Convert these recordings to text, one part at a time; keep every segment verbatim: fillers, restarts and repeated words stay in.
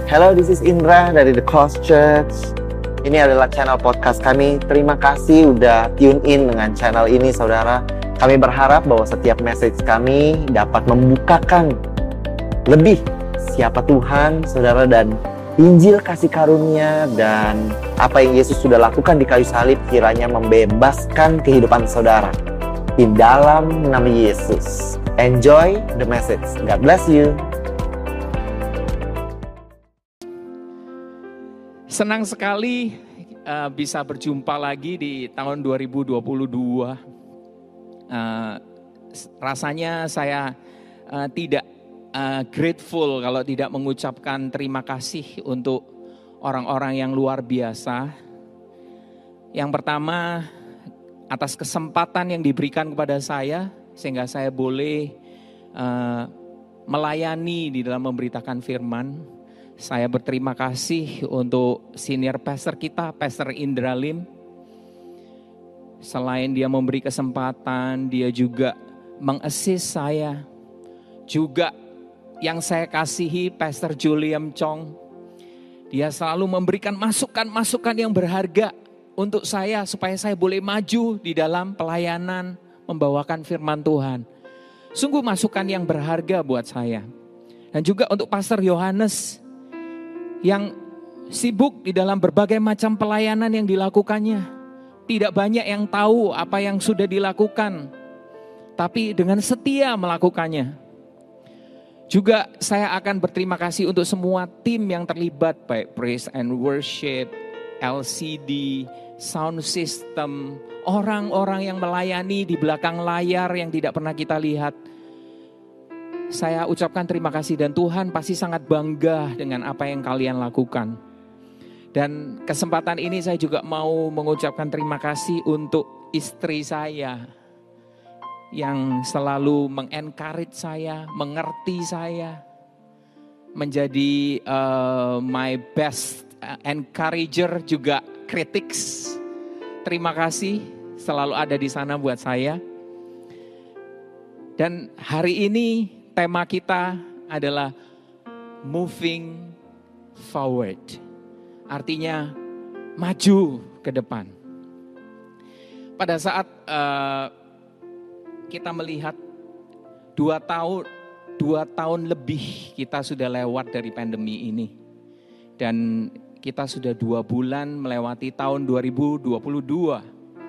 Hello, this is Indra dari The Cross Church. Ini adalah channel podcast kami. Terima kasih udah tune in dengan channel ini, saudara. Kami berharap bahwa setiap message kami dapat membukakan lebih siapa Tuhan, saudara, dan Injil kasih karunia dan apa yang Yesus sudah lakukan di kayu salib kiranya membebaskan kehidupan saudara. Di dalam nama Yesus. Enjoy the message. God bless you. Senang sekali uh, bisa berjumpa lagi di tahun dua ribu dua puluh dua. Uh, rasanya saya uh, tidak uh, grateful kalau tidak mengucapkan terima kasih untuk orang-orang yang luar biasa. Yang pertama, atas kesempatan yang diberikan kepada saya sehingga saya boleh uh, melayani di dalam memberitakan firman. Saya berterima kasih untuk senior pastor kita, Pastor Indra Lim. Selain dia memberi kesempatan, dia juga mengassist saya. Juga yang saya kasihi, Pastor Julian Chong. Dia selalu memberikan masukan-masukan yang berharga untuk saya, supaya saya boleh maju di dalam pelayanan, membawakan firman Tuhan. Sungguh masukan yang berharga buat saya. Dan juga untuk Pastor Yohanes, yang sibuk di dalam berbagai macam pelayanan yang dilakukannya. Tidak banyak yang tahu apa yang sudah dilakukan, tapi dengan setia melakukannya. Juga saya akan berterima kasih untuk semua tim yang terlibat, baik praise and worship, L C D, sound system, orang-orang yang melayani di belakang layar yang tidak pernah kita lihat. Saya ucapkan terima kasih dan Tuhan pasti sangat bangga dengan apa yang kalian lakukan. Dan kesempatan ini saya juga mau mengucapkan terima kasih untuk istri saya yang selalu mengencourage saya, mengerti saya, menjadi uh, my best encourager, juga critics. Terima kasih selalu ada di sana buat saya. Dan hari ini tema kita adalah moving forward. Artinya maju ke depan. Pada saat uh, kita melihat dua tahun, dua tahun lebih kita sudah lewat dari pandemi ini. Dan kita sudah dua bulan melewati tahun dua ribu dua puluh dua.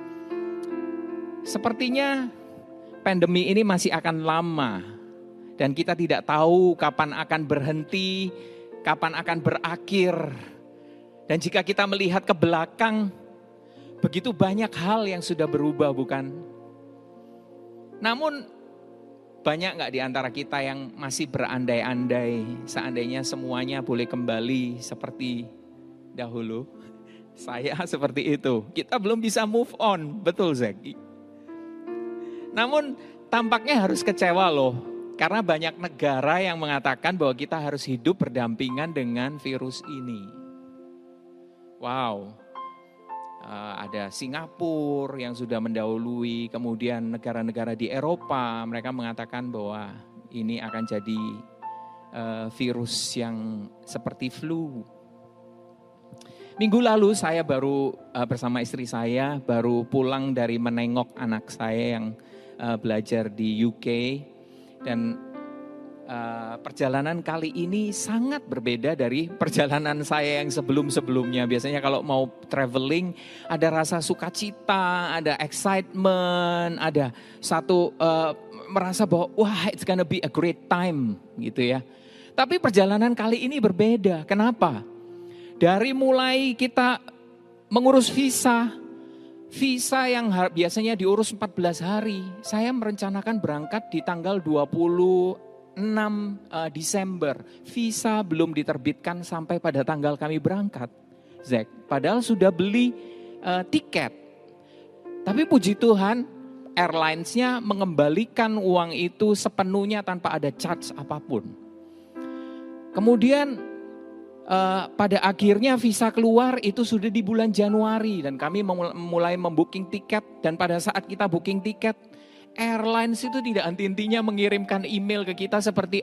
Sepertinya pandemi ini masih akan lama. Dan kita tidak tahu kapan akan berhenti, kapan akan berakhir. Dan jika kita melihat ke belakang, begitu banyak hal yang sudah berubah, bukan? Namun banyak gak di antara kita yang masih berandai-andai seandainya semuanya boleh kembali seperti dahulu? Saya seperti itu. Kita belum bisa move on, betul Zaki? Namun tampaknya harus kecewa loh. Karena banyak negara yang mengatakan bahwa kita harus hidup berdampingan dengan virus ini. Wow, uh, ada Singapura yang sudah mendahului, kemudian negara-negara di Eropa, mereka mengatakan bahwa ini akan jadi uh, virus yang seperti flu. Minggu lalu saya baru uh, bersama istri saya, baru pulang dari menengok anak saya yang uh, belajar di U K. Dan uh, perjalanan kali ini sangat berbeda dari perjalanan saya yang sebelum-sebelumnya. Biasanya kalau mau traveling ada rasa sukacita, ada excitement, ada satu uh, merasa bahwa wah it's gonna be a great time gitu ya. Tapi perjalanan kali ini berbeda. Kenapa? Dari mulai kita mengurus visa, visa yang biasanya diurus empat belas hari, saya merencanakan berangkat di tanggal dua puluh enam Desember. Visa belum diterbitkan sampai pada tanggal kami berangkat. Zek, padahal sudah beli uh, tiket. Tapi puji Tuhan, airlines-nya mengembalikan uang itu sepenuhnya tanpa ada charge apapun. Kemudian Uh, pada akhirnya visa keluar itu sudah di bulan Januari dan kami mulai membooking tiket. Dan pada saat kita booking tiket, airlines itu tidak henti-hentinya mengirimkan email ke kita seperti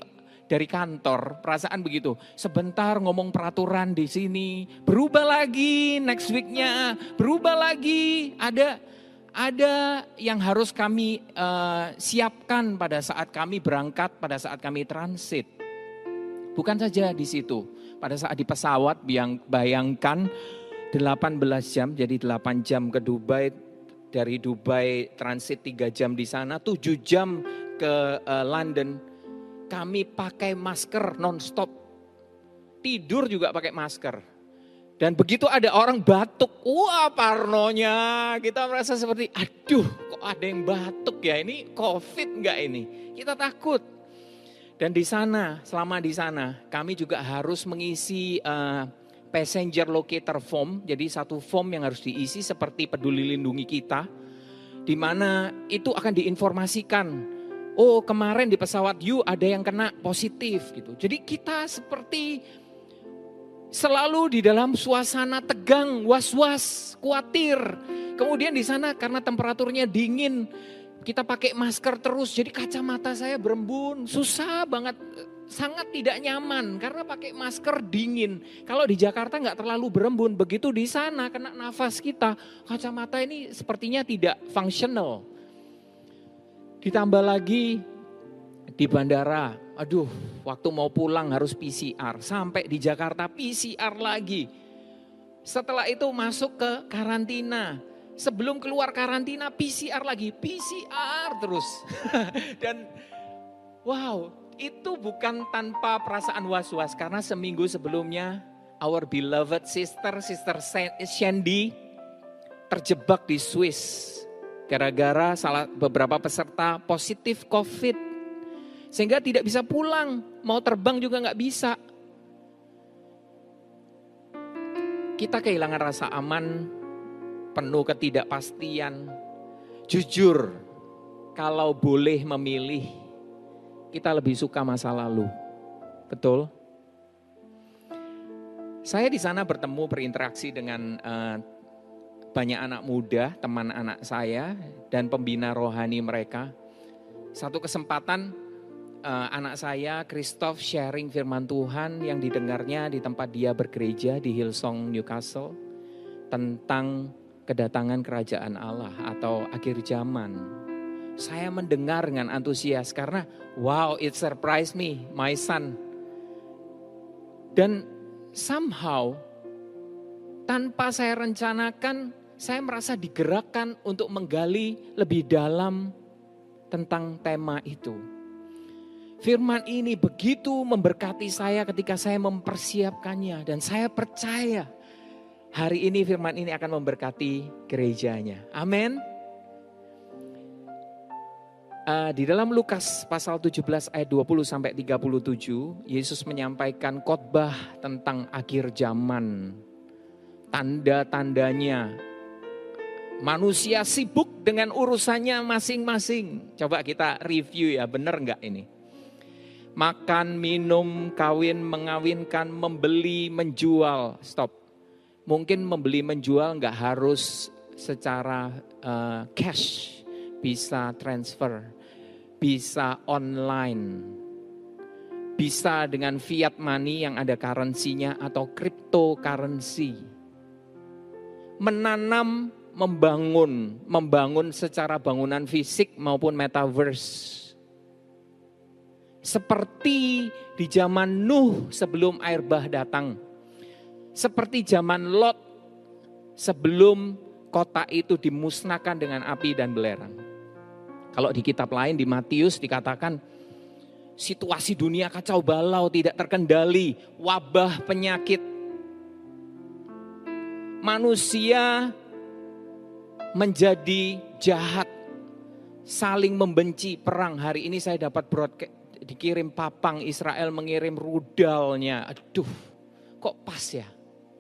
dari kantor, perasaan begitu. Sebentar ngomong peraturan di sini, berubah lagi next week-nya, berubah lagi. Ada ada yang harus kami uh, siapkan pada saat kami berangkat, pada saat kami transit. Bukan saja di situ, pada saat di pesawat, bayangkan delapan belas jam, jadi delapan jam ke Dubai, dari Dubai transit tiga jam di sana, tujuh jam ke uh, London. Kami pakai masker non-stop. Tidur juga pakai masker. Dan begitu ada orang batuk, wah parnonya. Kita merasa seperti, aduh kok ada yang batuk ya, ini COVID enggak ini? Kita takut. Dan di sana, selama di sana, kami juga harus mengisi uh, passenger locator form, jadi satu form yang harus diisi seperti peduli lindungi kita, di mana itu akan diinformasikan, oh kemarin di pesawat you ada yang kena positif gitu. Jadi kita seperti selalu di dalam suasana tegang, was-was, khawatir. Kemudian di sana karena temperaturnya dingin, kita pakai masker terus, jadi kacamata saya berembun, susah banget. Sangat tidak nyaman karena pakai masker dingin. Kalau di Jakarta nggak terlalu berembun, begitu di sana kena nafas kita, kacamata ini sepertinya tidak fungsional. Ditambah lagi di bandara, aduh waktu mau pulang harus P C R. Sampai di Jakarta P C R lagi. Setelah itu masuk ke karantina. Sebelum keluar karantina P C R lagi, P C R terus. Dan wow, itu bukan tanpa perasaan was-was, karena seminggu sebelumnya our beloved sister, sister Shandy terjebak di Swiss gara-gara salah beberapa peserta positif COVID, sehingga tidak bisa pulang, mau terbang juga nggak bisa. Kita kehilangan rasa aman, penuh ketidakpastian. Jujur, kalau boleh memilih, kita lebih suka masa lalu, betul? Saya di sana bertemu, berinteraksi dengan uh, banyak anak muda, teman anak saya dan pembina rohani mereka. Satu kesempatan uh, anak saya, Christoph, sharing firman Tuhan yang didengarnya di tempat dia bergereja di Hillsong, Newcastle, tentang kedatangan kerajaan Allah atau akhir zaman. Saya mendengar dengan antusias karena wow, it surprised me, my son. Dan somehow tanpa saya rencanakan, saya merasa digerakkan untuk menggali lebih dalam tentang tema itu. Firman ini begitu memberkati saya ketika saya mempersiapkannya, dan saya percaya hari ini firman ini akan memberkati gerejanya. Amin. Uh, di dalam Lukas pasal tujuh belas ayat dua puluh sampai tiga puluh tujuh, Yesus menyampaikan khotbah tentang akhir zaman. Tanda-tandanya. Manusia sibuk dengan urusannya masing-masing. Coba kita review ya, benar enggak ini? Makan, minum, kawin, mengawinkan, membeli, menjual. Stop. Mungkin membeli, menjual enggak harus secara uh, cash. Bisa transfer, bisa online, bisa dengan fiat money yang ada currency-nya atau cryptocurrency. Menanam, membangun, membangun secara bangunan fisik maupun metaverse. Seperti di zaman Nuh sebelum air bah datang. Seperti zaman Lot sebelum kota itu dimusnahkan dengan api dan belerang. Kalau di kitab lain di Matius dikatakan situasi dunia kacau balau, tidak terkendali, wabah, penyakit. Manusia menjadi jahat, saling membenci, perang. Hari ini saya dapat broadcast, dikirim papang, Israel mengirim rudalnya. Aduh, kok pas ya?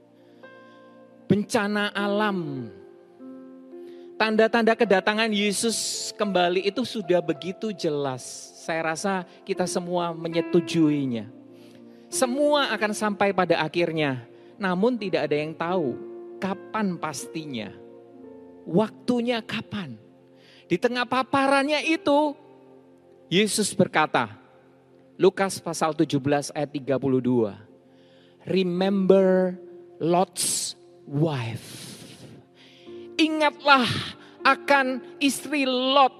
Bencana alam. Tanda-tanda kedatangan Yesus kembali itu sudah begitu jelas. Saya rasa kita semua menyetujuinya. Semua akan sampai pada akhirnya. Namun tidak ada yang tahu kapan pastinya. Waktunya kapan. Di tengah paparannya itu, Yesus berkata, Lukas pasal tujuh belas ayat tiga puluh dua. Remember Lot's wife. Ingatlah akan istri Lot.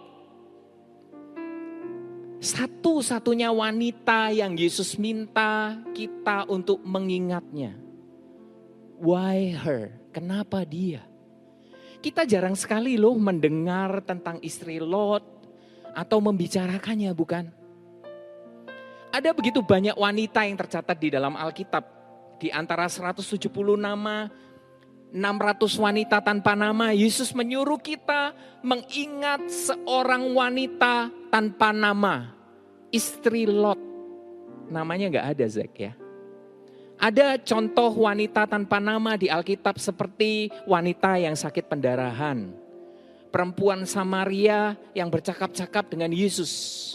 Satu-satunya wanita yang Yesus minta kita untuk mengingatnya. Why her? Kenapa dia? Kita jarang sekali loh mendengar tentang istri Lot atau membicarakannya, bukan? Ada begitu banyak wanita yang tercatat di dalam Alkitab. Di antara seratus tujuh puluh nama, enam ratus wanita tanpa nama, Yesus menyuruh kita mengingat seorang wanita tanpa nama. Istri Lot. Namanya gak ada, Zek, ya. Ada contoh wanita tanpa nama di Alkitab seperti wanita yang sakit pendarahan. Perempuan Samaria yang bercakap-cakap dengan Yesus.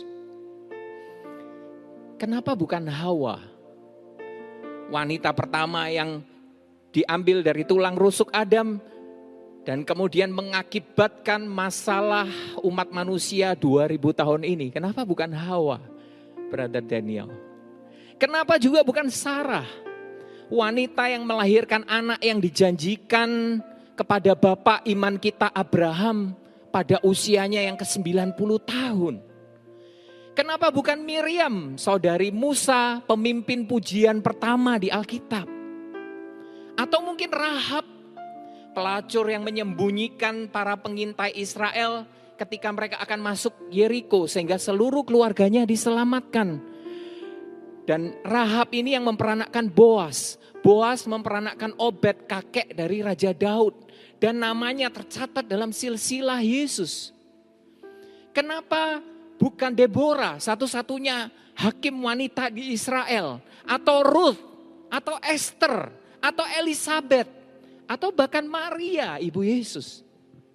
Kenapa bukan Hawa? Wanita pertama yang diambil dari tulang rusuk Adam dan kemudian mengakibatkan masalah umat manusia dua ribu tahun ini. Kenapa bukan Hawa, Brother Daniel? Kenapa juga bukan Sarah? Wanita yang melahirkan anak yang dijanjikan kepada bapak iman kita Abraham pada usianya yang ke sembilan puluh tahun. Kenapa bukan Miriam, saudari Musa, pemimpin pujian pertama di Alkitab? Atau mungkin Rahab, pelacur yang menyembunyikan para pengintai Israel ketika mereka akan masuk Yeriko sehingga seluruh keluarganya diselamatkan. Dan Rahab ini yang memperanakkan Boas. Boas memperanakkan Obed, kakek dari Raja Daud. Dan namanya tercatat dalam silsilah Yesus. Kenapa bukan Deborah, satu-satunya hakim wanita di Israel, atau Ruth, atau Esther, atau Elizabeth, atau bahkan Maria, ibu Yesus?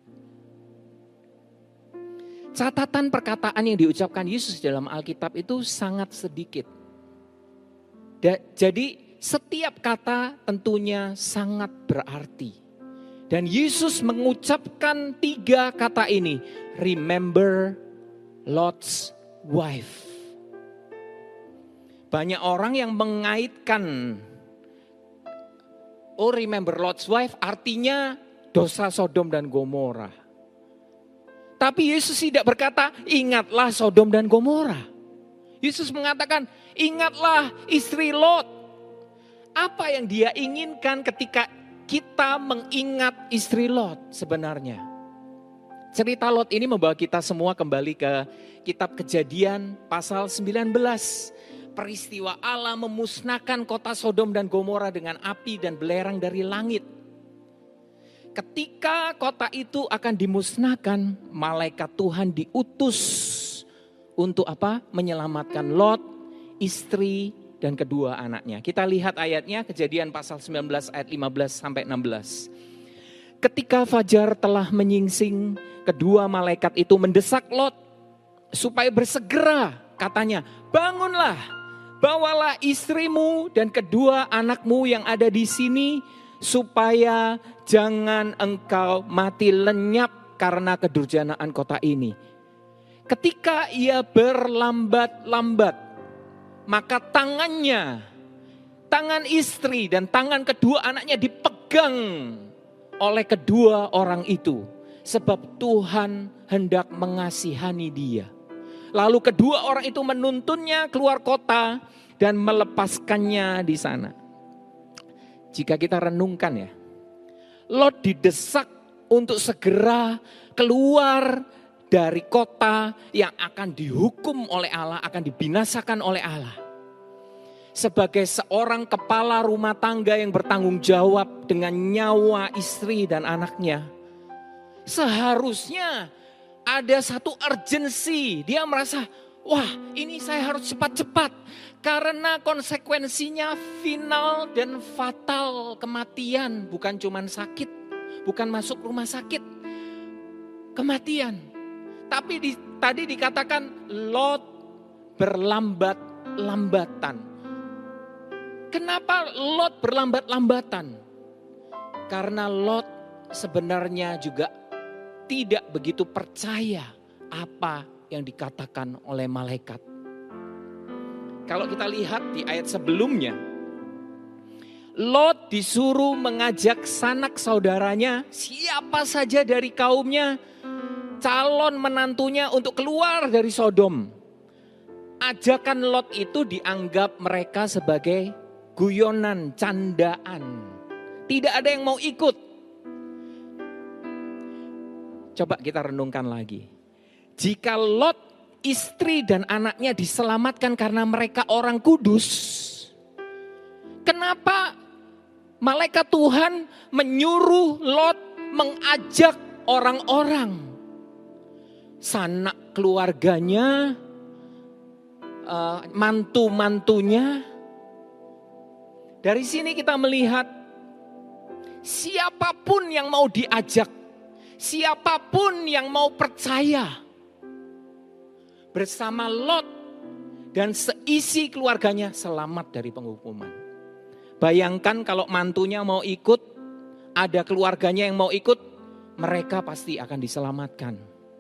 Catatan perkataan yang diucapkan Yesus dalam Alkitab itu sangat sedikit. Jadi setiap kata tentunya sangat berarti. Dan Yesus mengucapkan tiga kata ini, remember Lot's wife. Banyak orang yang mengaitkan, oh remember Lot's wife artinya dosa Sodom dan Gomora. Tapi Yesus tidak berkata ingatlah Sodom dan Gomora. Yesus mengatakan ingatlah istri Lot. Apa yang dia inginkan ketika kita mengingat istri Lot sebenarnya? Cerita Lot ini membawa kita semua kembali ke kitab Kejadian pasal sembilan belas. Peristiwa Allah memusnahkan kota Sodom dan Gomora dengan api dan belerang dari langit. Ketika kota itu akan dimusnahkan, malaikat Tuhan diutus untuk apa? Menyelamatkan Lot, istri dan kedua anaknya. Kita lihat ayatnya, Kejadian pasal sembilan belas ayat lima belas sampai enam belas. Ketika fajar telah menyingsing, kedua malaikat itu mendesak Lot supaya bersegera, katanya, bangunlah, bawalah istrimu dan kedua anakmu yang ada di sini, supaya jangan engkau mati lenyap karena kedurjanaan kota ini. Ketika ia berlambat-lambat, maka tangannya, tangan istri dan tangan kedua anaknya dipegang oleh kedua orang itu. Sebab Tuhan hendak mengasihani dia. Lalu kedua orang itu menuntunnya keluar kota dan melepaskannya di sana. Jika kita renungkan ya, Lot didesak untuk segera keluar dari kota yang akan dihukum oleh Allah, akan dibinasakan oleh Allah. Sebagai seorang kepala rumah tangga yang bertanggung jawab dengan nyawa istri dan anaknya, seharusnya ada satu urgensi. Dia merasa, wah ini saya harus cepat-cepat. Karena konsekuensinya final dan fatal, kematian. Bukan cuma sakit, bukan masuk rumah sakit, kematian. Tapi di, tadi dikatakan Lot berlambat-lambatan. Kenapa Lot berlambat-lambatan? Karena Lot sebenarnya juga tidak begitu percaya apa yang dikatakan oleh malaikat. Kalau kita lihat di ayat sebelumnya, Lot disuruh mengajak sanak saudaranya, siapa saja dari kaumnya, calon menantunya untuk keluar dari Sodom. Ajakan Lot itu dianggap mereka sebagai guyonan, candaan. Tidak ada yang mau ikut. Coba kita renungkan lagi. Jika Lot, istri dan anaknya diselamatkan karena mereka orang kudus, kenapa malaikat Tuhan menyuruh Lot mengajak orang-orang, sanak keluarganya, uh, mantu-mantunya? Dari sini kita melihat siapapun yang mau diajak, siapapun yang mau percaya bersama Lot dan seisi keluarganya selamat dari penghukuman. Bayangkan kalau mantunya mau ikut, ada keluarganya yang mau ikut, mereka pasti akan diselamatkan.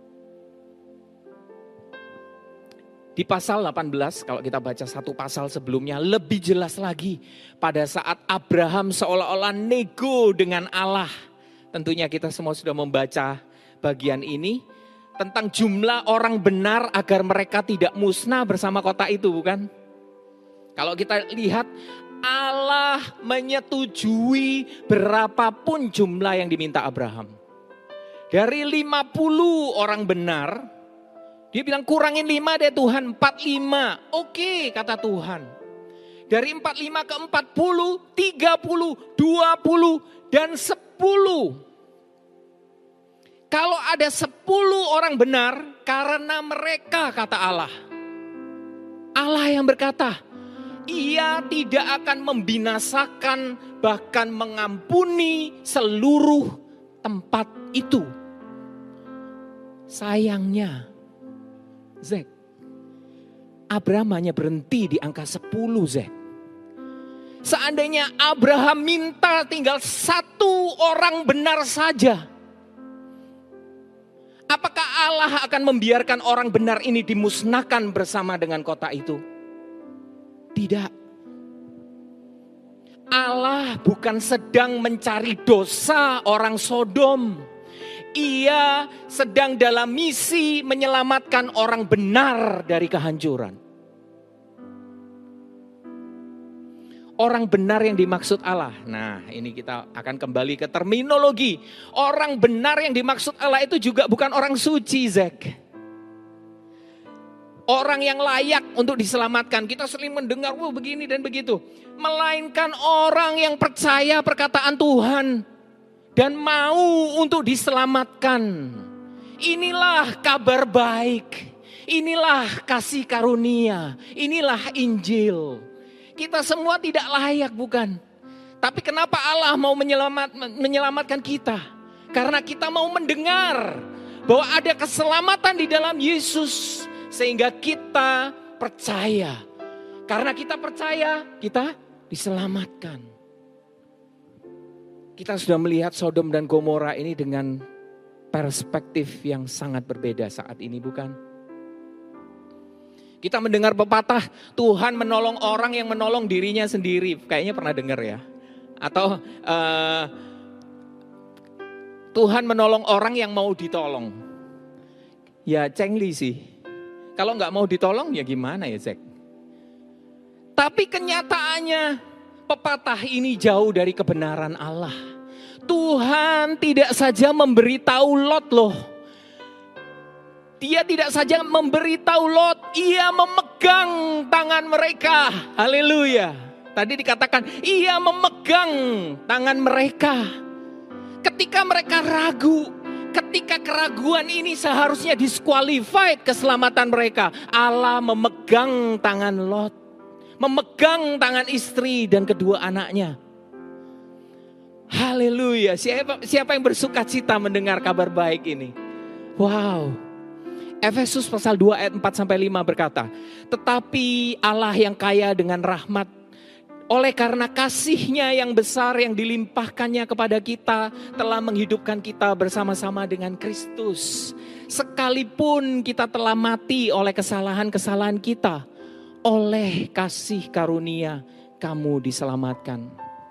Di pasal delapan belas, kalau kita baca satu pasal sebelumnya, lebih jelas lagi. Pada saat Abraham seolah-olah nego dengan Allah. Tentunya kita semua sudah membaca bagian ini. Tentang jumlah orang benar agar mereka tidak musnah bersama kota itu, bukan? Kalau kita lihat, Allah menyetujui berapapun jumlah yang diminta Abraham. Dari lima puluh orang benar, dia bilang kurangin lima deh Tuhan, empat puluh lima. Oke, kata Tuhan. Dari empat puluh lima ke empat puluh, tiga puluh, dua puluh, dan sepuluh. Kalau ada sepuluh orang benar, karena mereka, kata Allah. Allah yang berkata, Ia tidak akan membinasakan, bahkan mengampuni seluruh tempat itu. Sayangnya, Zek, Abraham hanya berhenti di angka sepuluh, Zek. Seandainya Abraham minta tinggal satu orang benar saja, apakah Allah akan membiarkan orang benar ini dimusnahkan bersama dengan kota itu? Tidak. Allah bukan sedang mencari dosa orang Sodom. Ia sedang dalam misi menyelamatkan orang benar dari kehancuran. Orang benar yang dimaksud Allah. Nah, ini kita akan kembali ke terminologi. Orang benar yang dimaksud Allah itu juga bukan orang suci, Zek. Orang yang layak untuk diselamatkan. Kita sering mendengar, wah begini dan begitu. Melainkan orang yang percaya perkataan Tuhan. Dan mau untuk diselamatkan. Inilah kabar baik. Inilah kasih karunia. Inilah Injil. Kita semua tidak layak, bukan? Tapi kenapa Allah mau menyelamat, menyelamatkan kita? Karena kita mau mendengar bahwa ada keselamatan di dalam Yesus. Sehingga kita percaya. Karena kita percaya, kita diselamatkan. Kita sudah melihat Sodom dan Gomora ini dengan perspektif yang sangat berbeda saat ini, bukan? Kita mendengar pepatah, Tuhan menolong orang yang menolong dirinya sendiri. Kayaknya pernah dengar ya. Atau uh, Tuhan menolong orang yang mau ditolong. Ya cengli sih. Kalau nggak mau ditolong ya gimana ya Zek. Tapi kenyataannya pepatah ini jauh dari kebenaran Allah. Tuhan tidak saja memberitahu Lot loh. Dia tidak saja memberitahu Lot, ia memegang tangan mereka. Haleluya. Tadi dikatakan, ia memegang tangan mereka. Ketika mereka ragu, ketika keraguan ini seharusnya disqualified keselamatan mereka. Allah memegang tangan Lot. Memegang tangan istri dan kedua anaknya. Haleluya. Siapa, siapa yang bersuka cita mendengar kabar baik ini? Wow. Efesus pasal dua ayat empat sampai lima berkata, tetapi Allah yang kaya dengan rahmat, oleh karena kasih-Nya yang besar yang dilimpahkannya kepada kita, telah menghidupkan kita bersama-sama dengan Kristus. Sekalipun kita telah mati oleh kesalahan-kesalahan kita, oleh kasih karunia kamu diselamatkan.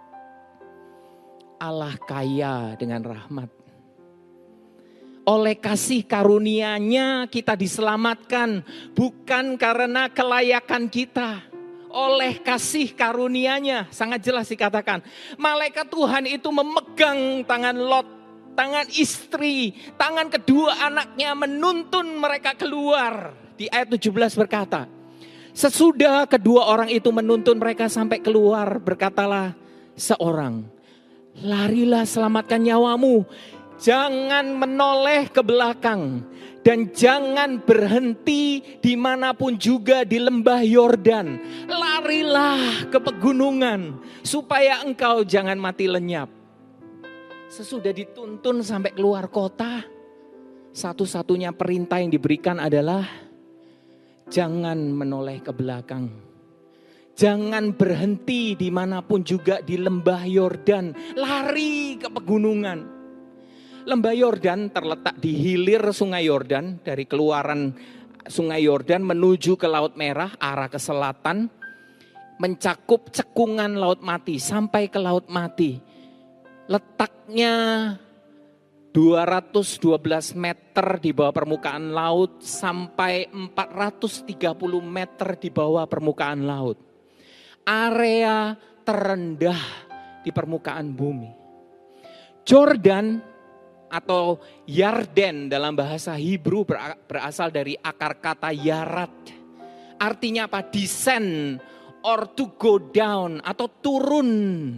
Allah kaya dengan rahmat. Oleh kasih karunia-Nya kita diselamatkan, bukan karena kelayakan kita. Oleh kasih karunia-Nya, sangat jelas dikatakan. Malaikat Tuhan itu memegang tangan Lot, tangan istri, tangan kedua anaknya, menuntun mereka keluar. Di ayat tujuh belas berkata, sesudah kedua orang itu menuntun mereka sampai keluar, berkatalah seorang, larilah selamatkan nyawamu. Jangan menoleh ke belakang dan jangan berhenti dimanapun juga di lembah Yordan. Larilah ke pegunungan supaya engkau jangan mati lenyap. Sesudah dituntun sampai keluar kota, satu-satunya perintah yang diberikan adalah jangan menoleh ke belakang. Jangan berhenti dimanapun juga di lembah Yordan. Lari ke pegunungan. Lembah Yordan terletak di hilir Sungai Yordan, dari keluaran Sungai Yordan menuju ke Laut Merah arah ke selatan, mencakup cekungan Laut Mati sampai ke Laut Mati. Letaknya dua ratus dua belas meter di bawah permukaan laut sampai empat ratus tiga puluh meter di bawah permukaan laut. Area terendah di permukaan bumi. Jordan atau Yarden dalam bahasa Hebrew berasal dari akar kata yarat. Artinya apa? Descend or to go down atau turun.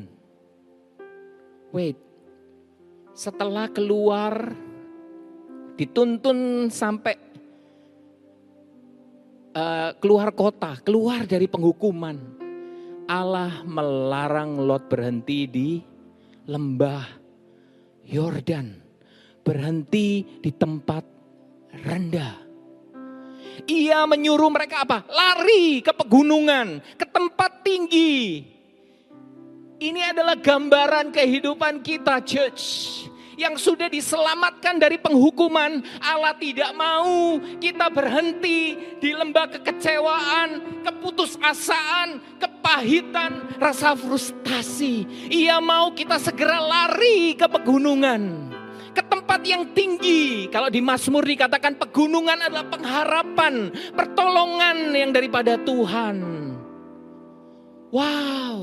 Wait, setelah keluar dituntun sampai uh, keluar kota, keluar dari penghukuman. Allah melarang Lot berhenti di lembah Yordan. Berhenti di tempat rendah. Ia menyuruh mereka apa? Lari ke pegunungan, ke tempat tinggi. Ini adalah gambaran kehidupan kita, church. Yang sudah diselamatkan dari penghukuman. Allah tidak mau kita berhenti di lembah kekecewaan, keputusasaan, kepahitan, rasa frustasi. Ia mau kita segera lari ke pegunungan. Ke tempat yang tinggi. Kalau di Mazmur dikatakan pegunungan adalah pengharapan, pertolongan yang daripada Tuhan. Wow.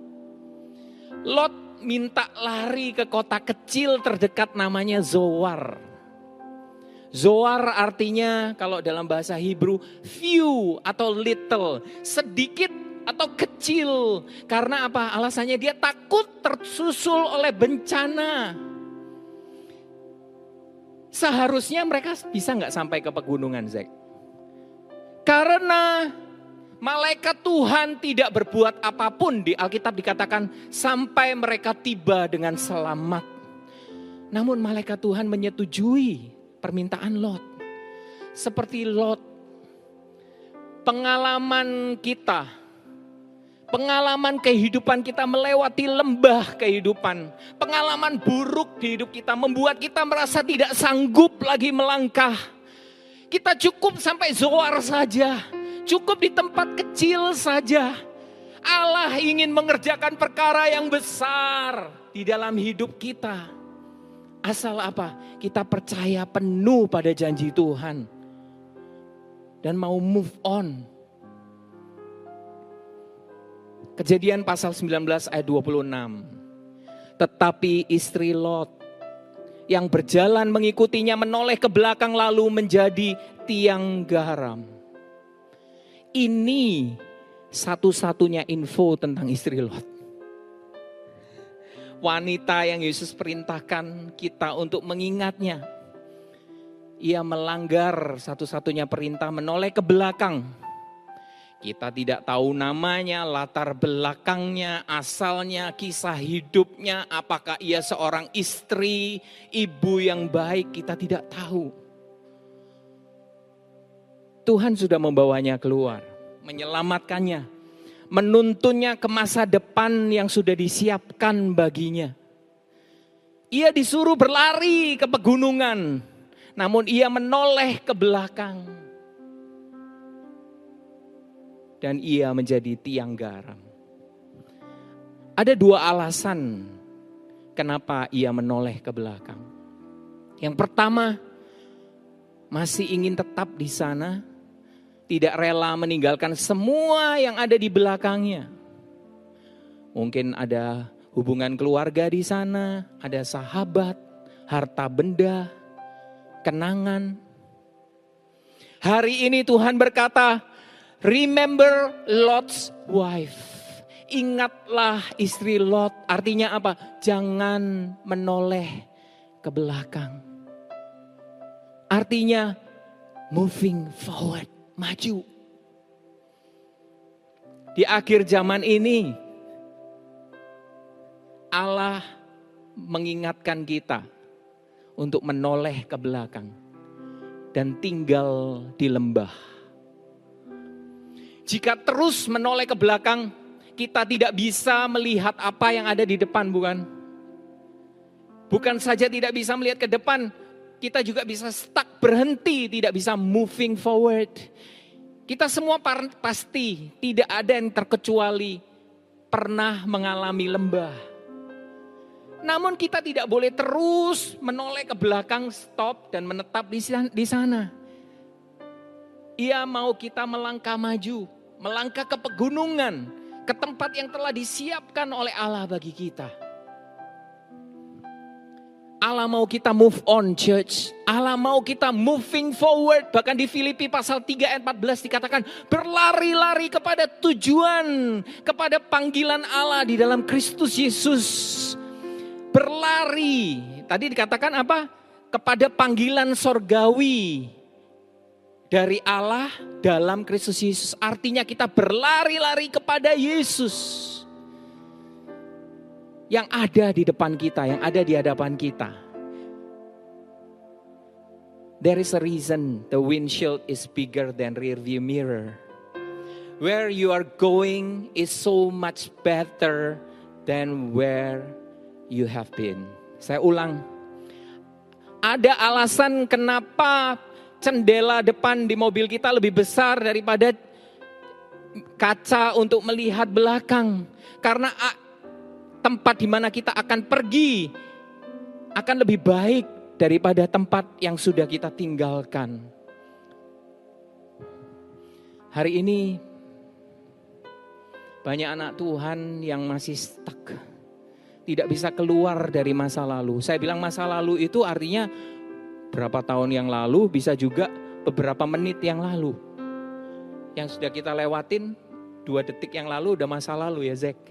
Lot minta lari ke kota kecil terdekat namanya Zoar. Zoar artinya kalau dalam bahasa Hebrew few atau little, sedikit atau kecil. Karena apa? Alasannya dia takut tersusul oleh bencana. Seharusnya mereka bisa nggak sampai ke pegunungan, Zek? Karena malaikat Tuhan tidak berbuat apapun, di Alkitab dikatakan sampai mereka tiba dengan selamat. Namun malaikat Tuhan menyetujui permintaan Lot. Seperti Lot, pengalaman kita, pengalaman kehidupan kita melewati lembah kehidupan. Pengalaman buruk di hidup kita membuat kita merasa tidak sanggup lagi melangkah. Kita cukup sampai Zoar saja. Cukup di tempat kecil saja. Allah ingin mengerjakan perkara yang besar di dalam hidup kita. Asal apa? Kita percaya penuh pada janji Tuhan. Dan mau move on. Kejadian pasal sembilan belas ayat dua puluh enam. Tetapi istri Lot yang berjalan mengikutinya menoleh ke belakang lalu menjadi tiang garam. Ini satu-satunya info tentang istri Lot. Wanita yang Yesus perintahkan kita untuk mengingatnya. Ia melanggar satu-satunya perintah menoleh ke belakang. Kita tidak tahu namanya, latar belakangnya, asalnya, kisah hidupnya. Apakah ia seorang istri, ibu yang baik, kita tidak tahu. Tuhan sudah membawanya keluar, menyelamatkannya, menuntunnya ke masa depan yang sudah disiapkan baginya. Ia disuruh berlari ke pegunungan, namun ia menoleh ke belakang. dan ia menjadi tiang garam. Ada dua alasan kenapa ia menoleh ke belakang. Yang pertama, masih ingin tetap di sana, tidak rela meninggalkan semua yang ada di belakangnya. Mungkin ada hubungan keluarga di sana, ada sahabat, harta benda, kenangan. Hari ini Tuhan berkata, remember Lot's wife. Ingatlah istri Lot. Artinya apa? Jangan menoleh ke belakang. Artinya moving forward, maju. Di akhir zaman ini, Allah mengingatkan kita untuk menoleh ke belakang dan tinggal di lembah. Jika terus menoleh ke belakang, kita tidak bisa melihat apa yang ada di depan, bukan? Bukan saja tidak bisa melihat ke depan, kita juga bisa stuck, berhenti, tidak bisa moving forward. Kita semua pasti tidak ada yang terkecuali pernah mengalami lembah. Namun kita tidak boleh terus menoleh ke belakang, stop dan menetap di sana. Ia mau kita melangkah maju, melangkah ke pegunungan, ke tempat yang telah disiapkan oleh Allah bagi kita. Allah mau kita move on, church. Allah mau kita moving forward. Bahkan di Filipi pasal tiga ayat empat belas dikatakan, berlari-lari kepada tujuan, kepada panggilan Allah di dalam Kristus Yesus. Berlari, tadi dikatakan apa? Kepada panggilan sorgawi dari Allah dalam Kristus Yesus. Artinya kita berlari-lari kepada Yesus yang ada di depan kita, yang ada di hadapan kita. There is a reason the windshield is bigger than rear view mirror. Where you are going is so much better than where you have been. Saya ulang. Ada alasan kenapa jendela depan di mobil kita lebih besar daripada kaca untuk melihat belakang. Karena tempat di mana kita akan pergi akan lebih baik daripada tempat yang sudah kita tinggalkan. Hari ini banyak anak Tuhan yang masih stuck. Tidak bisa keluar dari masa lalu. Saya bilang masa lalu itu artinya berapa tahun yang lalu, bisa juga beberapa menit yang lalu. Yang sudah kita lewatin dua detik yang lalu udah masa lalu ya Zek.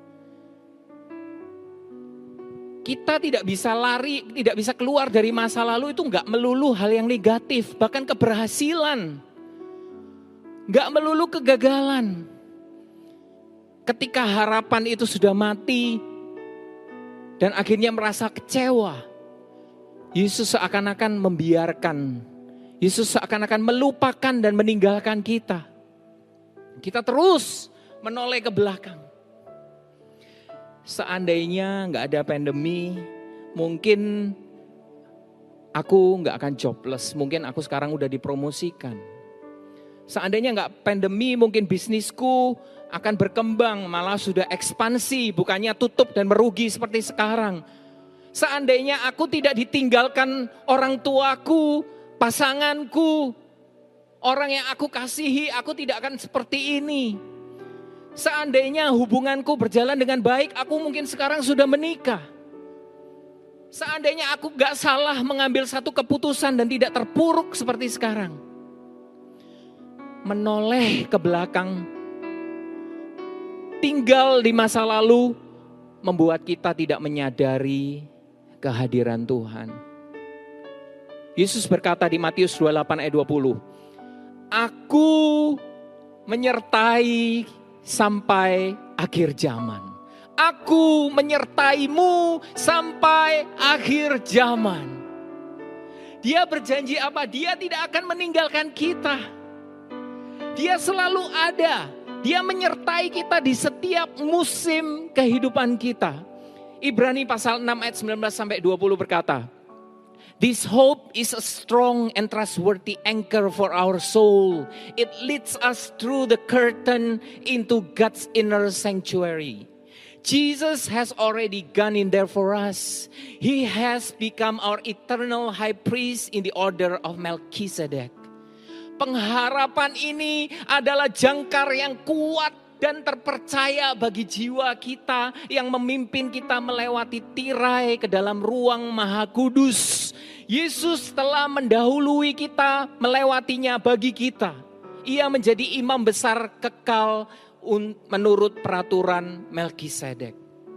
Kita tidak bisa lari, tidak bisa keluar dari masa lalu itu enggak melulu hal yang negatif. Bahkan keberhasilan. Enggak melulu kegagalan. Ketika harapan itu sudah mati, dan akhirnya merasa kecewa, Yesus seakan-akan membiarkan, Yesus seakan-akan melupakan dan meninggalkan kita. Kita terus menoleh ke belakang. Seandainya nggak ada pandemi, mungkin aku nggak akan jobless, mungkin aku sekarang udah dipromosikan. Seandainya nggak pandemi, mungkin bisnisku akan berkembang, malah sudah ekspansi, bukannya tutup dan merugi seperti sekarang. Seandainya aku tidak ditinggalkan orang tuaku, pasanganku, orang yang aku kasihi, aku tidak akan seperti ini. Seandainya hubunganku berjalan dengan baik, aku mungkin sekarang sudah menikah. Seandainya aku gak salah mengambil satu keputusan dan tidak terpuruk seperti sekarang. Menoleh ke belakang, tinggal di masa lalu, membuat kita tidak menyadari kehadiran Tuhan. Yesus berkata di Matius dua puluh delapan ayat dua puluh, Aku menyertai sampai akhir zaman. Aku menyertaimu sampai akhir zaman. Dia berjanji apa? Dia tidak akan meninggalkan kita. Dia selalu ada. Dia menyertai kita di setiap musim kehidupan kita. Ibrani pasal enam ayat sembilan belas sampai dua puluh berkata, This hope is a strong and trustworthy anchor for our soul. It leads us through the curtain into God's inner sanctuary. Jesus has already gone in there for us. He has become our eternal high priest in the order of Melchizedek. Pengharapan ini adalah jangkar yang kuat dan terpercaya bagi jiwa kita yang memimpin kita melewati tirai ke dalam ruang maha kudus. Yesus telah mendahului kita melewatinya bagi kita. Ia menjadi imam besar kekal menurut peraturan Melkisedek.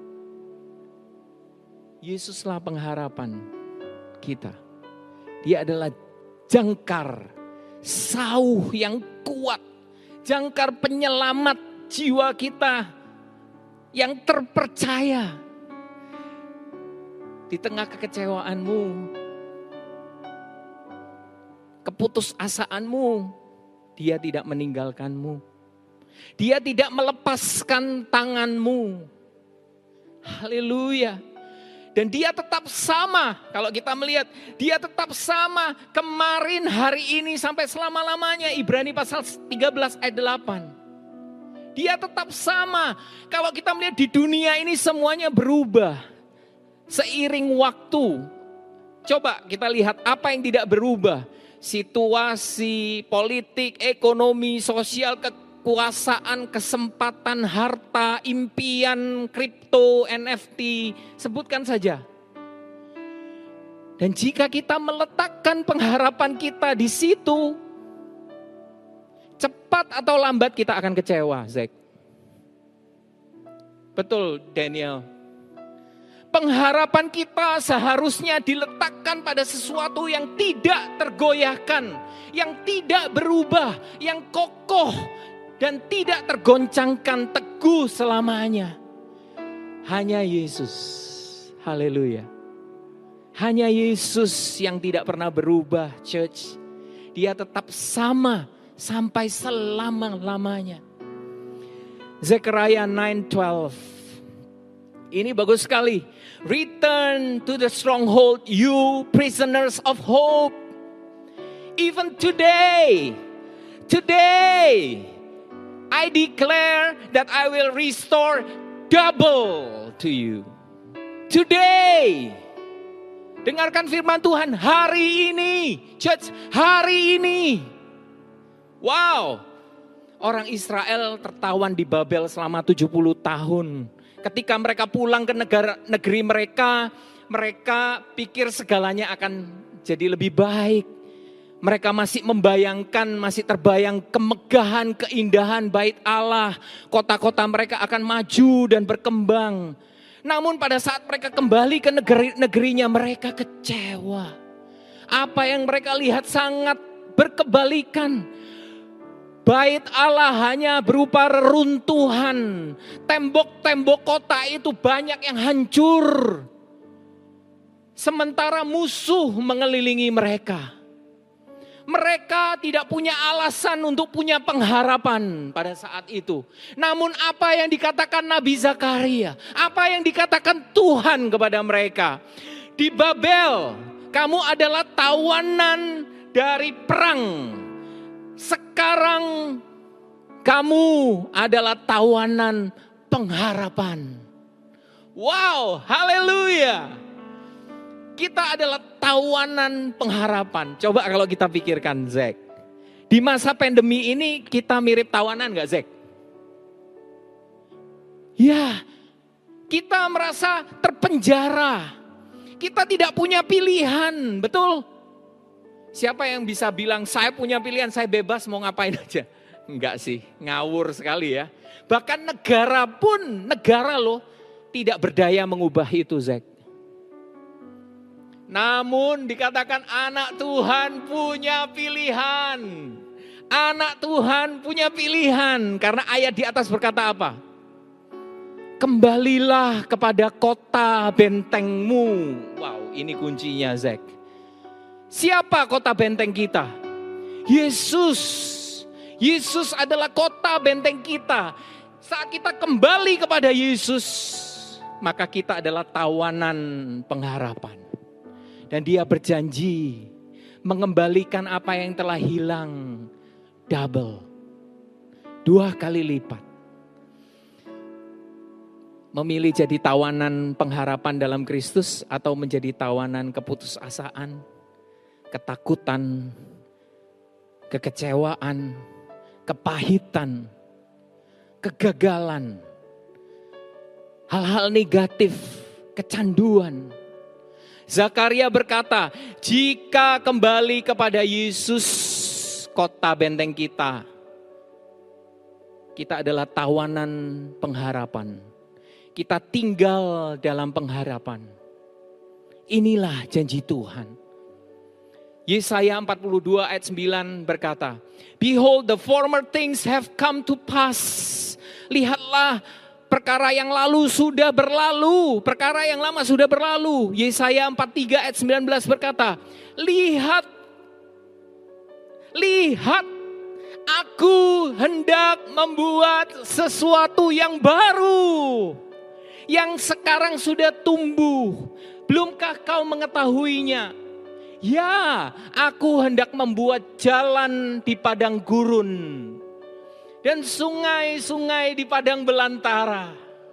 Yesuslah pengharapan kita. Dia adalah jangkar sauh yang kuat, jangkar penyelamat jiwa kita yang terpercaya. Di tengah kekecewaanmu, keputusasaanmu, Dia tidak meninggalkanmu. Dia tidak melepaskan tanganmu. Haleluya. Dan Dia tetap sama. Kalau kita melihat, Dia tetap sama kemarin, hari ini, sampai selama-lamanya. Ibrani pasal tiga belas ayat delapan. Dia tetap sama. Kalau kita melihat di dunia ini semuanya berubah seiring waktu. Coba kita lihat apa yang tidak berubah. Situasi, politik, ekonomi, sosial, kekuasaan, kesempatan, harta, impian, kripto, N F T, sebutkan saja. Dan jika kita meletakkan pengharapan kita di situ, cepat atau lambat kita akan kecewa, Zack. Betul, Daniel. Pengharapan kita seharusnya diletakkan pada sesuatu yang tidak tergoyahkan, yang tidak berubah, yang kokoh, dan tidak tergoncangkan, teguh selamanya. Hanya Yesus. Haleluya. Hanya Yesus yang tidak pernah berubah, church. Dia tetap sama sampai selama-lamanya. Zechariah nine twelve. Ini bagus sekali. Return to the stronghold, you prisoners of hope. Even today, today, I declare that I will restore double to you. Today. Dengarkan firman Tuhan hari ini. Church, hari ini. Wow. Orang Israel tertawan di Babel selama tujuh puluh tahun. Ketika mereka pulang ke negara negeri mereka, mereka pikir segalanya akan jadi lebih baik. Mereka masih membayangkan, masih terbayang kemegahan, keindahan bait Allah. Kota-kota mereka akan maju dan berkembang. Namun pada saat mereka kembali ke negeri, negerinya, mereka kecewa. Apa yang mereka lihat sangat berkebalikan. Bait Allah hanya berupa reruntuhan. Tembok-tembok kota itu banyak yang hancur. Sementara musuh mengelilingi mereka. Mereka tidak punya alasan untuk punya pengharapan pada saat itu. Namun apa yang dikatakan Nabi Zakaria, apa yang dikatakan Tuhan kepada mereka. Di Babel, kamu adalah tawanan dari perang. Sekarang kamu adalah tawanan pengharapan. Wow, haleluya. Kita adalah tawanan pengharapan. Coba kalau kita pikirkan, Zack. Di masa pandemi ini kita mirip tawanan gak, Zack? Ya, kita merasa terpenjara. Kita tidak punya pilihan, betul? Siapa yang bisa bilang, saya punya pilihan, saya bebas mau ngapain aja? Enggak sih, ngawur sekali ya. Bahkan negara pun, negara loh, tidak berdaya mengubah itu, Zack. Namun dikatakan anak Tuhan punya pilihan. Anak Tuhan punya pilihan. Karena ayat di atas berkata apa? Kembalilah kepada kota bentengmu. Wow, ini kuncinya, Zack. Siapa kota benteng kita? Yesus. Yesus adalah kota benteng kita. Saat kita kembali kepada Yesus, maka kita adalah tawanan pengharapan. Dan dia berjanji mengembalikan apa yang telah hilang double. Dua kali lipat. Memilih jadi tawanan pengharapan dalam Kristus atau menjadi tawanan keputusasaan, ketakutan, kekecewaan, kepahitan, kegagalan, hal-hal negatif, kecanduan. Zakaria berkata, jika kembali kepada Yesus, kota benteng kita, kita adalah tawanan pengharapan. Kita tinggal dalam pengharapan. Inilah janji Tuhan. Yesaya empat puluh dua ayat sembilan berkata, Behold, the former things have come to pass. Lihatlah, perkara yang lalu sudah berlalu. Perkara yang lama sudah berlalu. Yesaya empat puluh tiga ayat sembilan belas berkata, Lihat, lihat, aku hendak membuat sesuatu yang baru. Yang sekarang sudah tumbuh. Belumkah kau mengetahuinya? Ya, aku hendak membuat jalan di padang gurun. Dan sungai-sungai di padang belantara.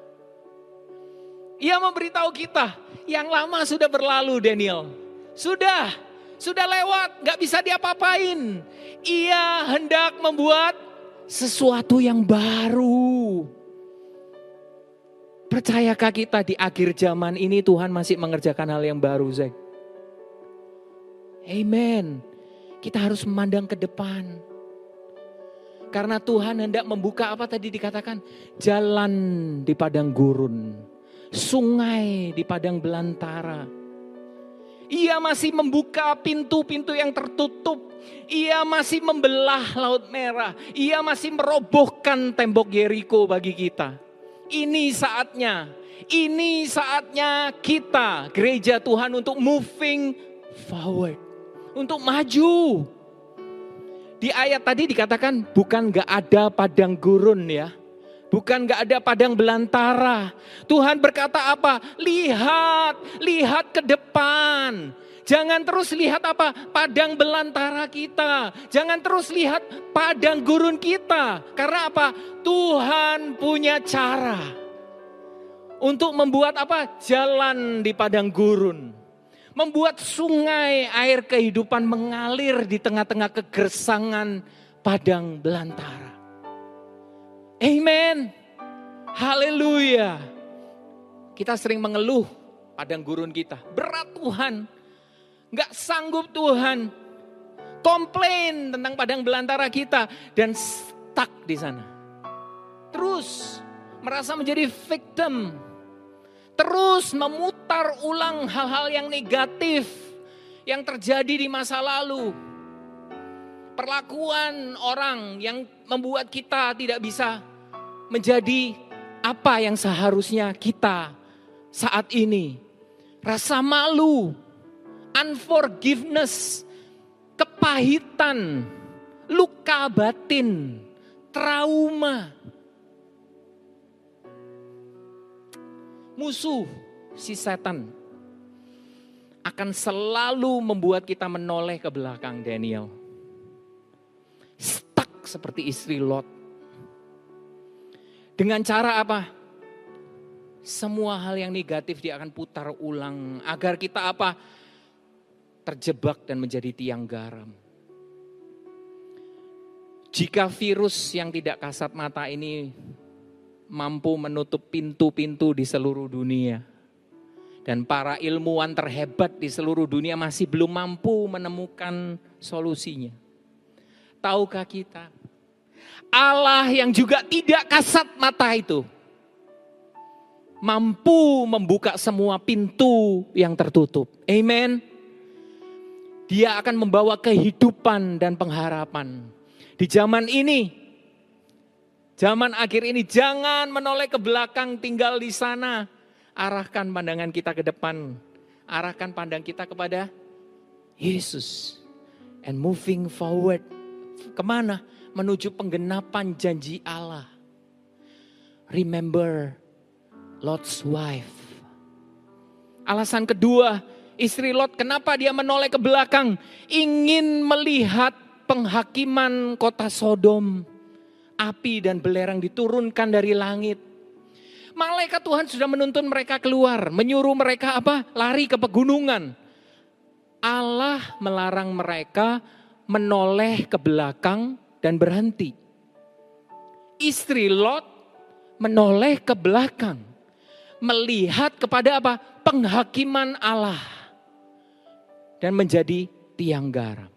Ia memberitahu kita, yang lama sudah berlalu Daniel. Sudah, sudah lewat, gak bisa diapa-apain. Ia hendak membuat sesuatu yang baru. Percayakah kita di akhir zaman ini Tuhan masih mengerjakan hal yang baru, Zek? Amen. Kita harus memandang ke depan. Karena Tuhan hendak membuka apa tadi dikatakan? Jalan di padang gurun. Sungai di padang belantara. Ia masih membuka pintu-pintu yang tertutup. Ia masih membelah Laut Merah. Ia masih merobohkan tembok Yeriko bagi kita. Ini saatnya. Ini saatnya kita, gereja Tuhan, untuk moving forward. Untuk maju. Di ayat tadi dikatakan bukan gak ada padang gurun ya. Bukan gak ada padang belantara. Tuhan berkata apa? Lihat, lihat ke depan. Jangan terus lihat apa? Padang belantara kita. Jangan terus lihat padang gurun kita. Karena apa? Tuhan punya cara. Untuk membuat apa? Jalan di padang gurun. Membuat sungai air kehidupan mengalir di tengah-tengah kegersangan padang belantara. Amen. Haleluya. Kita sering mengeluh padang gurun kita. Berat Tuhan. Gak sanggup Tuhan. Komplain tentang padang belantara kita. Dan stuck di sana. Terus merasa menjadi victim. Terus memutar ulang hal-hal yang negatif yang terjadi di masa lalu. Perlakuan orang yang membuat kita tidak bisa menjadi apa yang seharusnya kita saat ini. Rasa malu, unforgiveness, kepahitan, luka batin, trauma. Musuh si setan akan selalu membuat kita menoleh ke belakang, Daniel. Stuck seperti istri Lot. Dengan cara apa? Semua hal yang negatif dia akan putar ulang. Agar kita apa? Terjebak dan menjadi tiang garam. Jika virus yang tidak kasat mata ini mampu menutup pintu-pintu di seluruh dunia. Dan para ilmuwan terhebat di seluruh dunia masih belum mampu menemukan solusinya. Tahukah kita? Allah yang juga tidak kasat mata itu mampu membuka semua pintu yang tertutup. Amen. Dia akan membawa kehidupan dan pengharapan. Di zaman ini, zaman akhir ini, jangan menoleh ke belakang tinggal di sana. Arahkan pandangan kita ke depan. Arahkan pandang kita kepada Yesus. And moving forward. Kemana? Menuju penggenapan janji Allah. Remember Lot's wife. Alasan kedua Istri Lot, kenapa dia menoleh ke belakang? Ingin melihat penghakiman kota Sodom. Api dan belerang diturunkan dari langit. Malaikat Tuhan sudah menuntun mereka keluar, menyuruh mereka apa? Lari ke pegunungan. Allah melarang mereka menoleh ke belakang dan berhenti. Istri Lot menoleh ke belakang, melihat kepada apa? Penghakiman Allah dan menjadi tiang garam.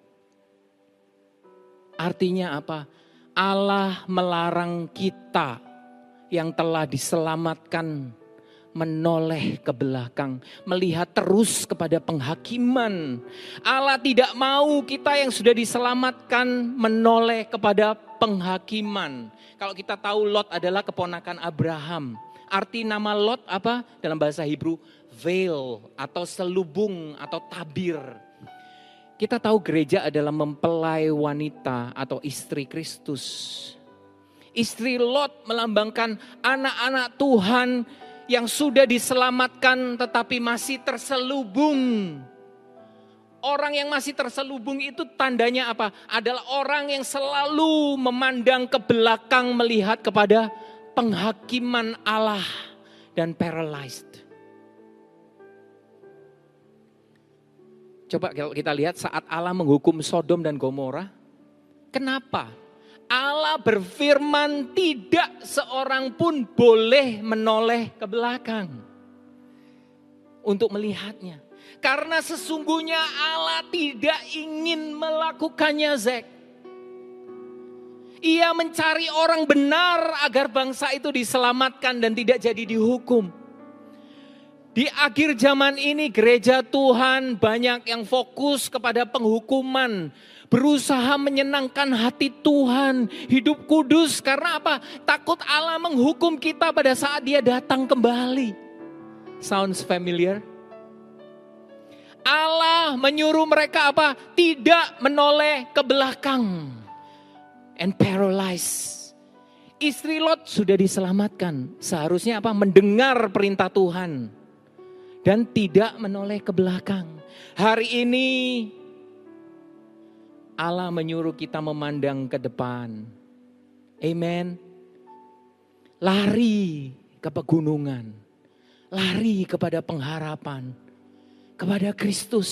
Artinya apa? Allah melarang kita yang telah diselamatkan menoleh ke belakang, melihat terus kepada penghakiman. Allah tidak mau kita yang sudah diselamatkan menoleh kepada penghakiman. Kalau kita tahu Lot adalah keponakan Abraham. Arti nama Lot apa? Dalam bahasa Hebrew, veil atau selubung atau tabir. Kita tahu gereja adalah mempelai wanita atau istri Kristus. Istri Lot melambangkan anak-anak Tuhan yang sudah diselamatkan tetapi masih terselubung. Orang yang masih terselubung itu tandanya apa? Adalah orang yang selalu memandang ke belakang melihat kepada penghakiman Allah dan paralyzed. Coba kalau kita lihat saat Allah menghukum Sodom dan Gomora, kenapa? Allah berfirman tidak seorang pun boleh menoleh ke belakang untuk melihatnya. Karena sesungguhnya Allah tidak ingin melakukannya, Zek. Ia mencari orang benar agar bangsa itu diselamatkan dan tidak jadi dihukum. Di akhir zaman ini gereja Tuhan banyak yang fokus kepada penghukuman. Berusaha menyenangkan hati Tuhan, hidup kudus. Karena apa? Takut Allah menghukum kita pada saat dia datang kembali. Sounds familiar? Allah menyuruh mereka apa? Tidak menoleh ke belakang. And paralyzed. Istri Lot sudah diselamatkan. Seharusnya apa? Mendengar perintah Tuhan. Dan tidak menoleh ke belakang. Hari ini Allah menyuruh kita memandang ke depan. Amen. Lari ke pegunungan. Lari kepada pengharapan. Kepada Kristus.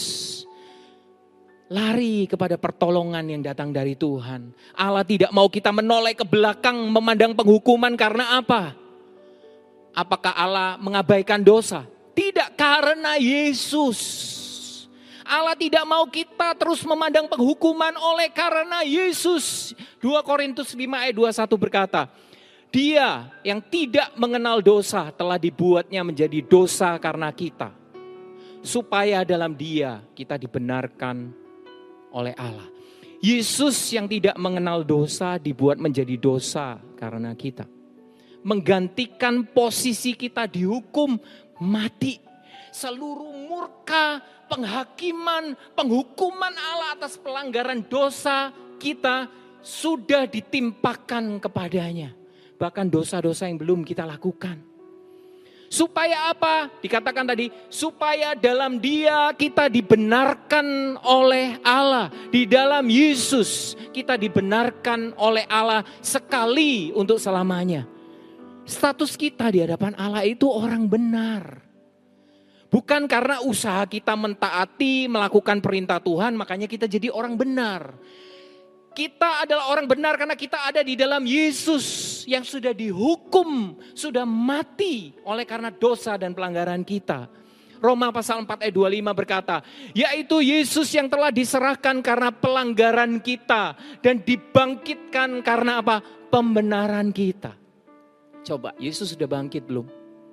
Lari kepada pertolongan yang datang dari Tuhan. Allah tidak mau kita menoleh ke belakang memandang penghukuman karena apa? Apakah Allah mengabaikan dosa? Tidak, karena Yesus. Allah tidak mau kita terus memandang penghukuman oleh karena Yesus. dua Korintus lima ayat dua puluh satu berkata, Dia yang tidak mengenal dosa telah dibuatnya menjadi dosa karena kita. Supaya dalam Dia kita dibenarkan oleh Allah. Yesus yang tidak mengenal dosa dibuat menjadi dosa karena kita. Menggantikan posisi kita dihukum mati. Seluruh murka, penghakiman, penghukuman Allah atas pelanggaran dosa kita sudah ditimpakan kepadanya. Bahkan dosa-dosa yang belum kita lakukan. Supaya apa? Dikatakan tadi, supaya dalam Dia kita dibenarkan oleh Allah. Di dalam Yesus kita dibenarkan oleh Allah sekali untuk selamanya. Status kita di hadapan Allah itu orang benar. Bukan karena usaha kita mentaati, melakukan perintah Tuhan, makanya kita jadi orang benar. Kita adalah orang benar karena kita ada di dalam Yesus yang sudah dihukum, sudah mati oleh karena dosa dan pelanggaran kita. Roma pasal empat ayat dua puluh lima berkata, yaitu Yesus yang telah diserahkan karena pelanggaran kita dan dibangkitkan karena apa? Pembenaran kita. Coba, Yesus sudah bangkit belum?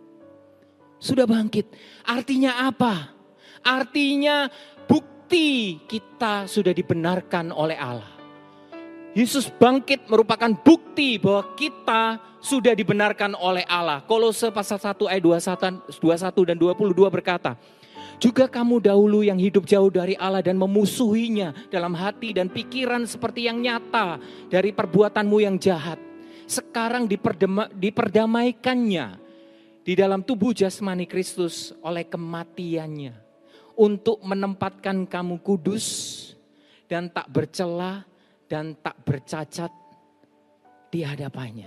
Sudah bangkit. Artinya apa? Artinya bukti kita sudah dibenarkan oleh Allah. Yesus bangkit merupakan bukti bahwa kita sudah dibenarkan oleh Allah. Kolose pasal satu ayat dua puluh satu dan dua puluh dua berkata, juga kamu dahulu yang hidup jauh dari Allah dan memusuhinya dalam hati dan pikiran seperti yang nyata dari perbuatanmu yang jahat. Sekarang diperdema, diperdamaikannya di dalam tubuh jasmani Kristus oleh kematiannya. untuk menempatkan kamu kudus dan tak bercela dan tak bercacat di hadapannya.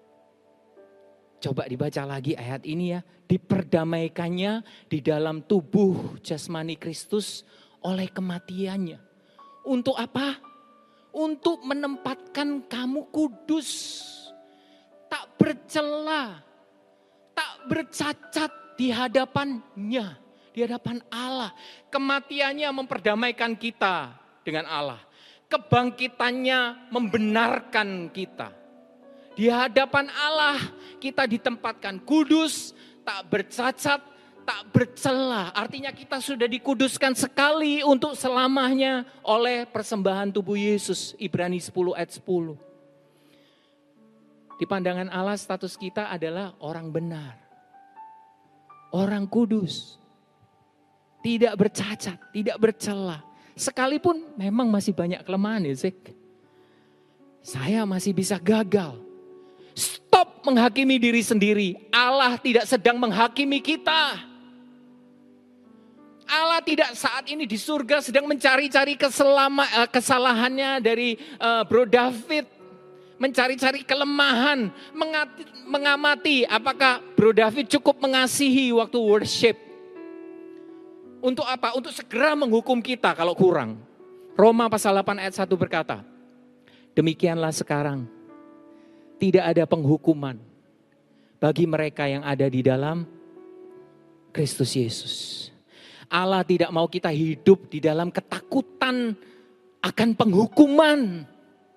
Coba dibaca lagi ayat ini ya. Diperdamaikannya di dalam tubuh jasmani Kristus oleh kematiannya. Untuk apa? Untuk menempatkan kamu kudus, tak bercela, tak bercacat di hadapannya, di hadapan Allah. Kematiannya memperdamaikan kita dengan Allah. Kebangkitannya membenarkan kita. Di hadapan Allah kita ditempatkan kudus, tak bercacat, tak bercela. Artinya kita sudah dikuduskan sekali untuk selamanya oleh persembahan tubuh Yesus. Ibrani sepuluh ayat sepuluh. Di pandangan Allah status kita adalah orang benar. Orang kudus. Tidak bercacat, tidak bercela. Sekalipun memang masih banyak kelemahan ya Zek. Saya masih bisa gagal. Stop menghakimi diri sendiri. Allah tidak sedang menghakimi kita. Allah tidak saat ini di surga sedang mencari-cari keselama, kesalahannya dari uh, Bro David. Mencari-cari kelemahan. Mengati, mengamati apakah Bro David cukup mengasihi waktu worship. Untuk apa? Untuk segera menghukum kita kalau kurang. Roma pasal delapan ayat satu berkata, demikianlah sekarang tidak ada penghukuman bagi mereka yang ada di dalam Kristus Yesus. Allah tidak mau kita hidup di dalam ketakutan akan penghukuman.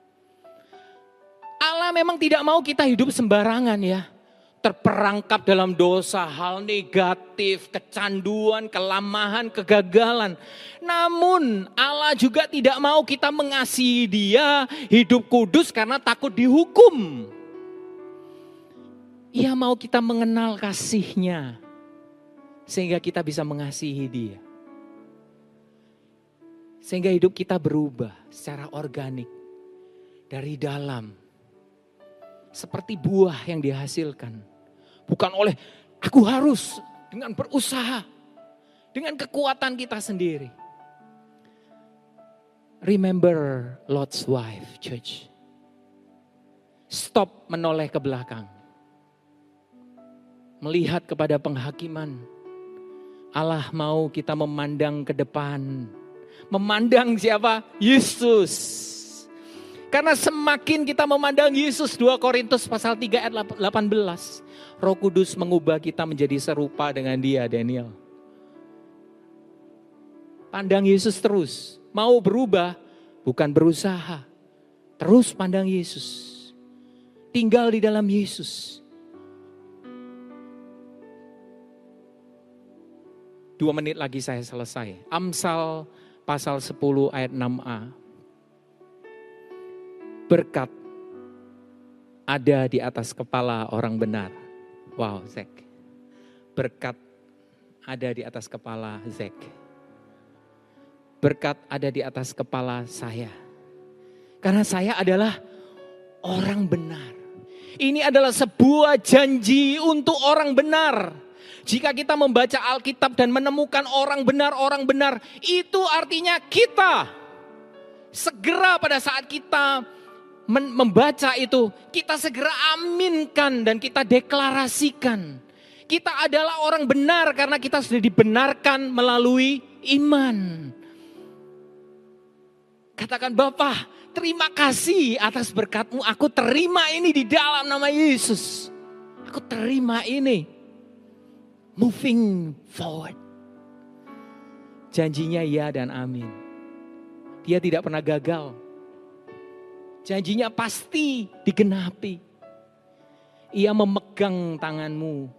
Allah memang tidak mau kita hidup sembarangan ya. Terperangkap dalam dosa, hal negatif, kecanduan, kelamahan, kegagalan. Namun Allah juga tidak mau kita mengasihi Dia, hidup kudus karena takut dihukum. Ia mau kita mengenal kasih-Nya. Sehingga kita bisa mengasihi Dia. Sehingga hidup kita berubah secara organik. Dari dalam. Seperti buah yang dihasilkan. Bukan oleh aku harus dengan berusaha. Dengan kekuatan kita sendiri. Remember Lot's wife, church. Stop menoleh ke belakang. Melihat kepada penghakiman. Allah mau kita memandang ke depan. Memandang siapa? Yesus. Karena semakin kita memandang Yesus, dua Korintus pasal tiga ayat delapan belas. Roh Kudus mengubah kita menjadi serupa dengan Dia, Daniel. Pandang Yesus terus. Mau berubah, bukan berusaha. Terus pandang Yesus. Tinggal di dalam Yesus. Dua menit lagi saya selesai. Amsal pasal sepuluh ayat enam a. Berkat ada di atas kepala orang benar. Wow, Zek. Berkat ada di atas kepala Zek. Berkat ada di atas kepala saya. Karena saya adalah orang benar. Ini adalah sebuah janji untuk orang benar. Jika kita membaca Alkitab dan menemukan orang benar, orang benar, itu artinya kita. Segera pada saat kita membaca itu, kita segera aminkan dan kita deklarasikan. Kita adalah orang benar karena kita sudah dibenarkan melalui iman. Katakan, Bapa, terima kasih atas berkat-Mu. Aku terima ini di dalam nama Yesus. Aku terima ini. Moving forward. Janjinya ya dan amin. Dia tidak pernah gagal. Janjinya pasti digenapi. Ia memegang tanganmu.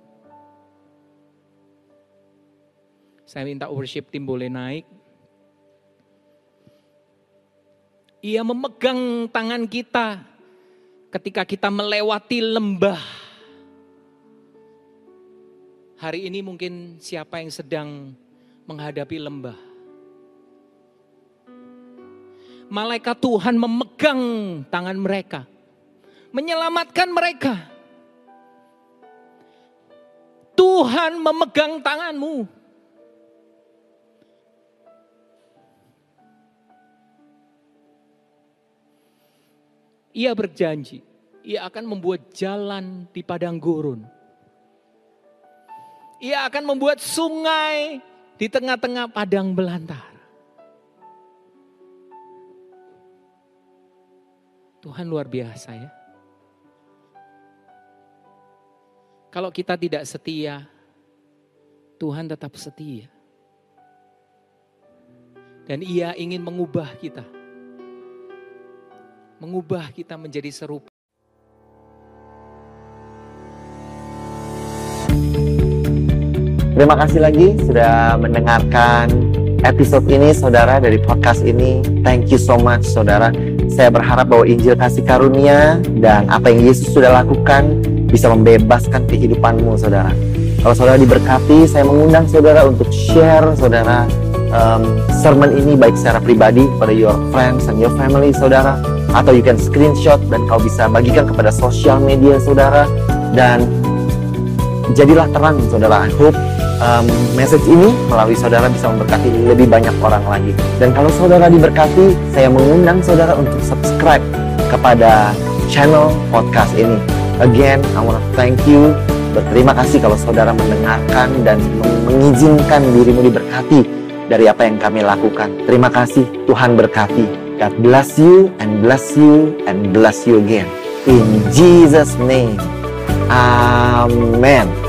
Saya minta worship team boleh naik. Ia memegang tangan kita ketika kita melewati lembah. Hari ini mungkin siapa yang sedang menghadapi lembah. Malaikat Tuhan memegang tangan mereka. Menyelamatkan mereka. Tuhan memegang tanganmu. Ia berjanji, ia akan membuat jalan di padang gurun. Ia akan membuat sungai di tengah-tengah padang belantara. Tuhan luar biasa ya. Kalau kita tidak setia, Tuhan tetap setia. Dan Ia ingin mengubah kita. Mengubah kita menjadi serupa. Terima kasih lagi sudah mendengarkan episode ini saudara dari podcast ini. Thank you so much saudara. Saya berharap bahwa Injil kasih karunia dan apa yang Yesus sudah lakukan bisa membebaskan kehidupanmu saudara. Kalau saudara diberkati, saya mengundang saudara untuk share saudara um, sermon ini baik secara pribadi kepada your friends and your family saudara. Atau you can screenshot dan kau bisa bagikan kepada sosial media saudara. Dan jadilah terang saudara. I hope um, message ini melalui saudara bisa memberkati lebih banyak orang lagi. Dan kalau saudara diberkati, saya mengundang saudara untuk subscribe kepada channel podcast ini. Again, I want to thank you. Berterima kasih kalau saudara mendengarkan dan mengizinkan dirimu diberkati dari apa yang kami lakukan. Terima kasih, Tuhan berkati. God bless you and bless you and bless you again. In Jesus' name. Amen.